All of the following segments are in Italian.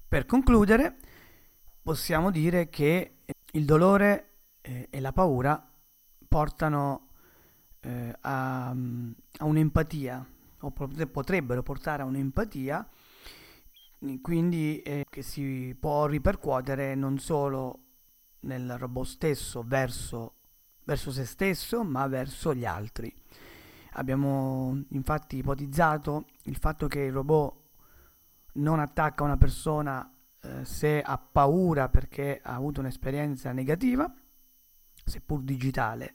Per concludere, possiamo dire che il dolore e la paura portano a un'empatia, o potrebbero portare a un'empatia, quindi che si può ripercuotere non solo nel robot stesso verso se stesso, ma verso gli altri. Abbiamo infatti ipotizzato il fatto che il robot non attacca una persona se ha paura perché ha avuto un'esperienza negativa, seppur digitale,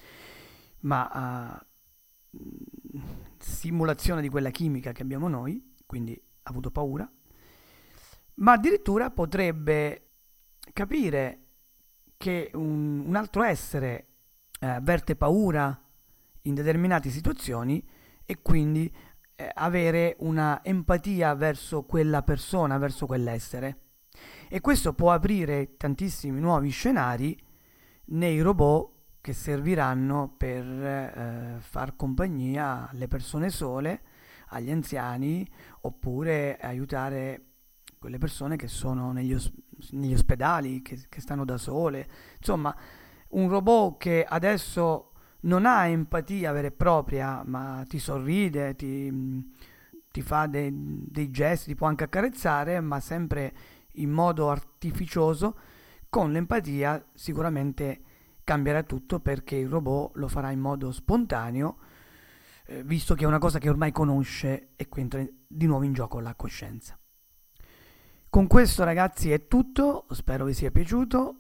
ma simulazione di quella chimica che abbiamo noi, quindi ha avuto paura, ma addirittura potrebbe capire che un altro essere avverte paura in determinate situazioni e quindi avere una empatia verso quella persona, verso quell'essere. E questo può aprire tantissimi nuovi scenari nei robot che serviranno per far compagnia alle persone sole, agli anziani, oppure aiutare quelle persone che sono negli ospedali, che stanno da sole. Insomma, un robot che adesso non ha empatia vera e propria, ma ti sorride, ti fa dei gesti, ti può anche accarezzare, ma sempre in modo artificioso. Con l'empatia sicuramente cambierà tutto, perché il robot lo farà in modo spontaneo, visto che è una cosa che ormai conosce, e qui entra di nuovo in gioco la coscienza. Con questo, ragazzi, è tutto, spero vi sia piaciuto,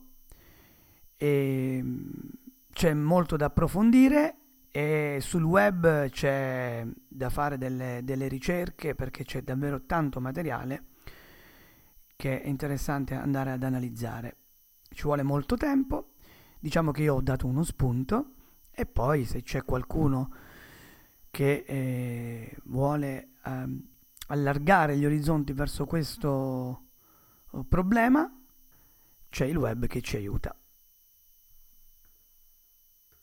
e c'è molto da approfondire, e sul web c'è da fare delle ricerche, perché c'è davvero tanto materiale che è interessante andare ad analizzare. Ci vuole molto tempo, diciamo che io ho dato uno spunto, e poi se c'è qualcuno che vuole allargare gli orizzonti verso questo problema, c'è il web che ci aiuta.